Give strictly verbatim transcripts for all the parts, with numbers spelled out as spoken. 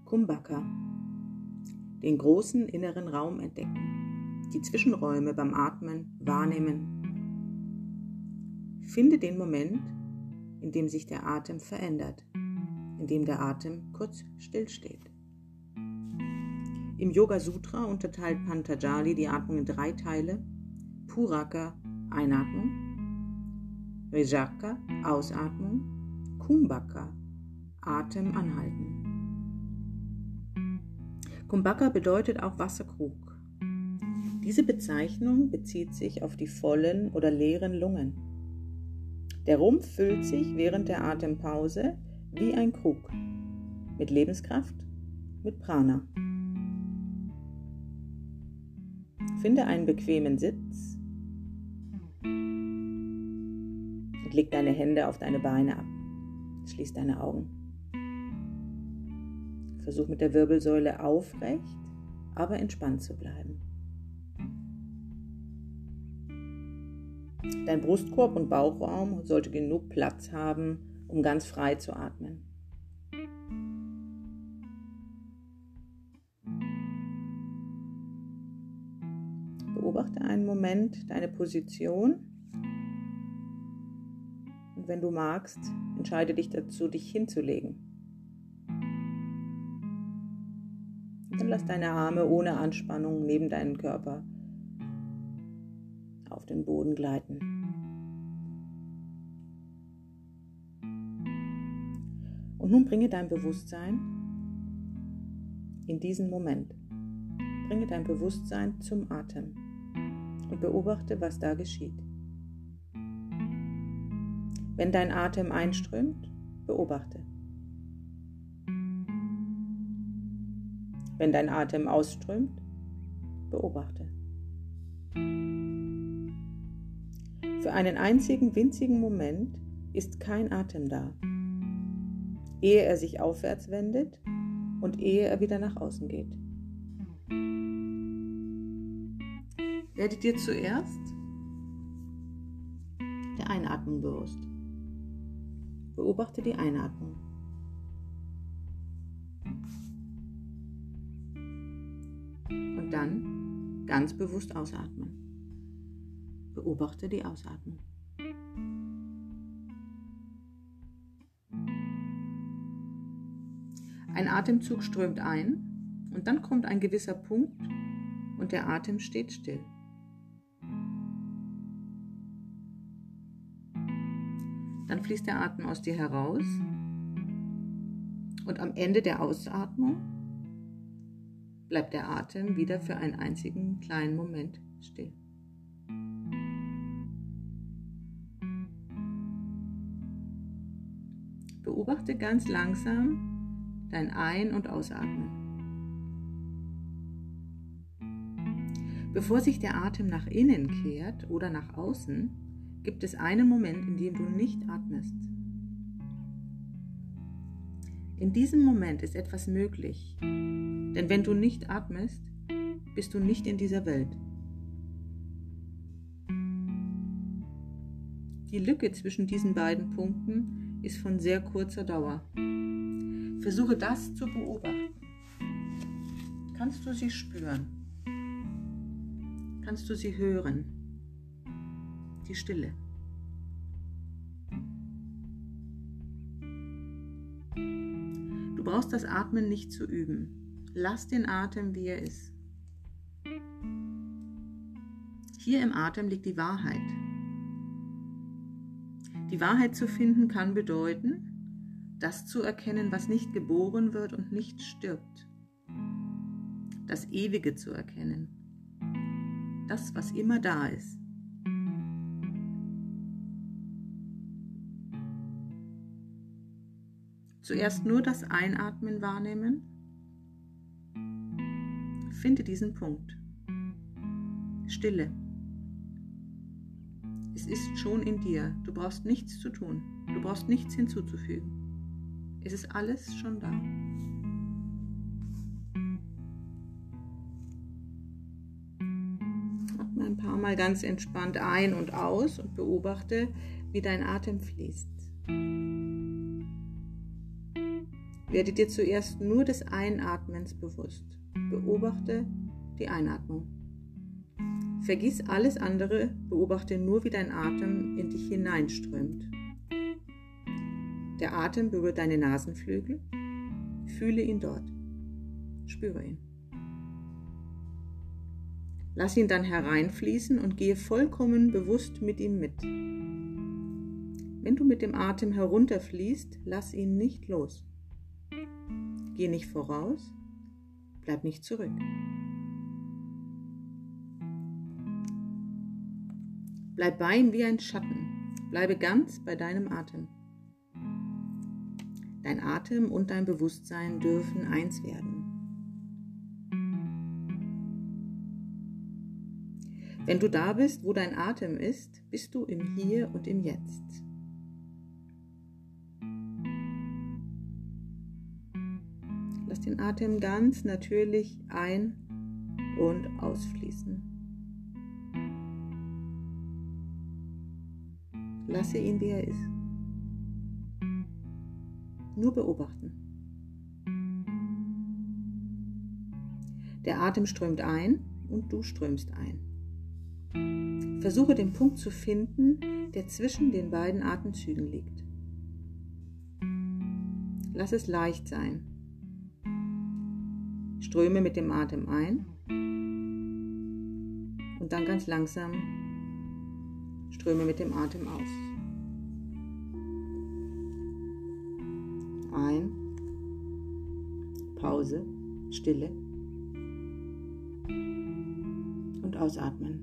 Kumbhaka. Den großen inneren Raum entdecken, die Zwischenräume beim Atmen wahrnehmen. Finde den Moment, in dem sich der Atem verändert, in dem der Atem kurz stillsteht. Im Yoga Sutra unterteilt Patanjali die Atmung in drei Teile: Puraka, Einatmung, Rejaka, Ausatmung, Kumbhaka, Atem anhalten. Kumbhaka bedeutet auch Wasserkrug. Diese Bezeichnung bezieht sich auf die vollen oder leeren Lungen. Der Rumpf füllt sich während der Atempause wie ein Krug, mit Lebenskraft, mit Prana. Finde einen bequemen Sitz und leg deine Hände auf deine Beine ab. Schließ deine Augen. Versuch mit der Wirbelsäule aufrecht, aber entspannt zu bleiben. Dein Brustkorb und Bauchraum sollte genug Platz haben, um ganz frei zu atmen. Beobachte einen Moment deine Position und wenn du magst, entscheide dich dazu, dich hinzulegen. Und dann lass deine Arme ohne Anspannung neben deinen Körper auf den Boden gleiten. Und nun bringe dein Bewusstsein in diesen Moment. Bringe dein Bewusstsein zum Atem und beobachte, was da geschieht. Wenn dein Atem einströmt, beobachte. Wenn dein Atem ausströmt, beobachte. Für einen einzigen winzigen Moment ist kein Atem da, ehe er sich aufwärts wendet und ehe er wieder nach außen geht. Werde dir zuerst der Einatmung bewusst. Beobachte die Einatmung. Und dann ganz bewusst ausatmen. Beobachte die Ausatmung. Ein Atemzug strömt ein und dann kommt ein gewisser Punkt und der Atem steht still. Dann fließt der Atem aus dir heraus und am Ende der Ausatmung bleibt der Atem wieder für einen einzigen kleinen Moment still. Beobachte ganz langsam dein Ein- und Ausatmen. Bevor sich der Atem nach innen kehrt oder nach außen, gibt es einen Moment, in dem du nicht atmest. In diesem Moment ist etwas möglich, denn wenn du nicht atmest, bist du nicht in dieser Welt. Die Lücke zwischen diesen beiden Punkten ist von sehr kurzer Dauer. Versuche das zu beobachten. Kannst du sie spüren? Kannst du sie hören? Die Stille. Du brauchst das Atmen nicht zu üben. Lass den Atem, wie er ist. Hier im Atem liegt die Wahrheit. Die Wahrheit zu finden kann bedeuten, das zu erkennen, was nicht geboren wird und nicht stirbt. Das Ewige zu erkennen. Das, was immer da ist. Zuerst nur das Einatmen wahrnehmen. Finde diesen Punkt. Stille. Es ist schon in dir. Du brauchst nichts zu tun. Du brauchst nichts hinzuzufügen. Es ist alles schon da. Atme ein paar Mal ganz entspannt ein und aus und beobachte, wie dein Atem fließt. Werde dir zuerst nur des Einatmens bewusst. Beobachte die Einatmung. Vergiss alles andere, beobachte nur, wie dein Atem in dich hineinströmt. Der Atem berührt deine Nasenflügel. Fühle ihn dort. Spüre ihn. Lass ihn dann hereinfließen und gehe vollkommen bewusst mit ihm mit. Wenn du mit dem Atem herunterfließt, lass ihn nicht los. Geh nicht voraus, bleib nicht zurück. Bleib bei ihm wie ein Schatten. Bleibe ganz bei deinem Atem. Dein Atem und dein Bewusstsein dürfen eins werden. Wenn du da bist, wo dein Atem ist, bist du im Hier und im Jetzt. Lass den Atem ganz natürlich ein- und ausfließen. Lasse ihn, wie er ist. Nur beobachten. Der Atem strömt ein und du strömst ein. Versuche den Punkt zu finden, der zwischen den beiden Atemzügen liegt. Lass es leicht sein. Ströme mit dem Atem ein und dann ganz langsam ströme mit dem Atem aus. Ein, Pause, Stille und ausatmen.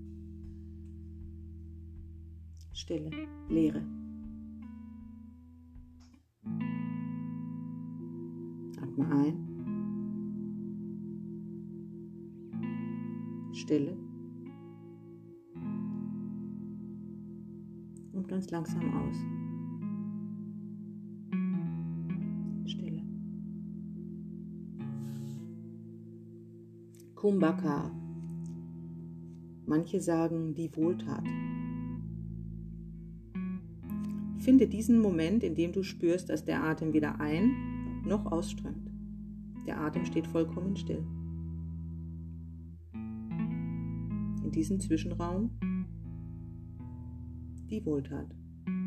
Stille, Leere. Atme ein. Stille. Und ganz langsam aus. Stille. Kumbhaka. Manche sagen die Wohltat. Finde diesen Moment, in dem du spürst, dass der Atem weder ein- noch ausströmt. Der Atem steht vollkommen still. In diesem Zwischenraum die Wohltat.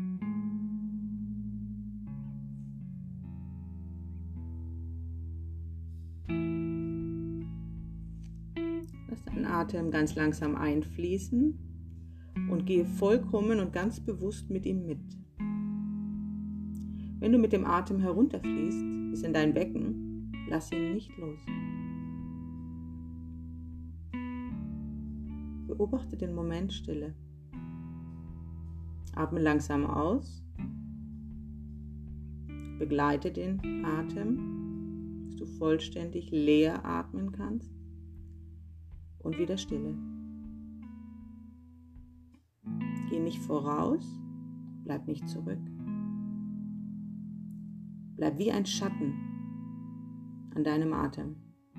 Lass deinen Atem ganz langsam einfließen und gehe vollkommen und ganz bewusst mit ihm mit. Wenn du mit dem Atem herunterfließt, bis in dein Becken, lass ihn nicht los. Beobachte den Moment Stille. Atme langsam aus. Begleite den Atem, dass du vollständig leer atmen kannst. Und wieder Stille. Geh nicht voraus, bleib nicht zurück. Bleib wie ein Schatten an deinem Atem.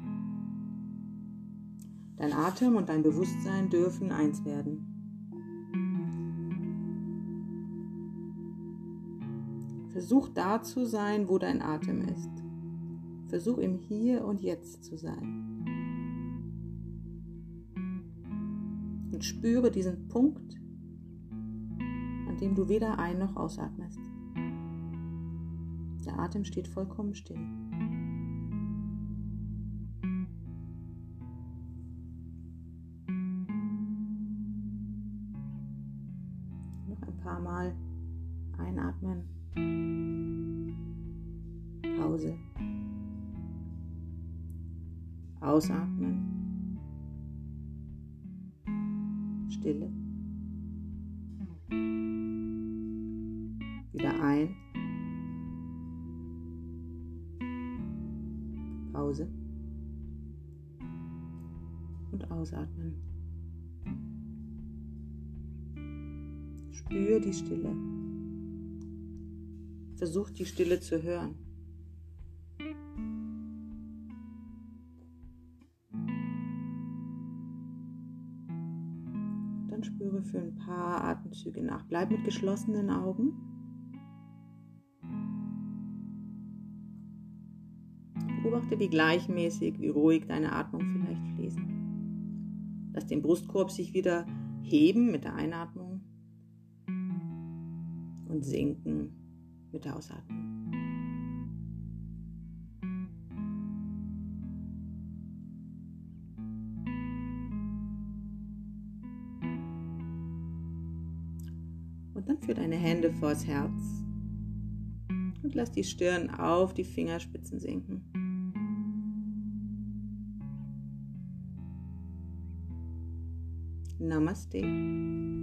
Dein Atem und dein Bewusstsein dürfen eins werden. Versuch da zu sein, wo dein Atem ist. Versuch im Hier und Jetzt zu sein. Und spüre diesen Punkt, an dem du weder ein- noch ausatmest. Der Atem steht vollkommen still. Noch ein paar Mal einatmen. Pause. Ausatmen. Stille. Wieder ein. Pause. Und ausatmen. Spür die Stille. Versuch die Stille zu hören. Dann spüre für ein paar Atemzüge nach. Bleib mit geschlossenen Augen. Beobachte, wie gleichmäßig, wie ruhig deine Atmung vielleicht fließen. Lass den Brustkorb sich wieder heben mit der Einatmung und sinken mit der Ausatmung. Und dann führ deine Hände vors Herz und lass die Stirn auf die Fingerspitzen sinken. Namaste.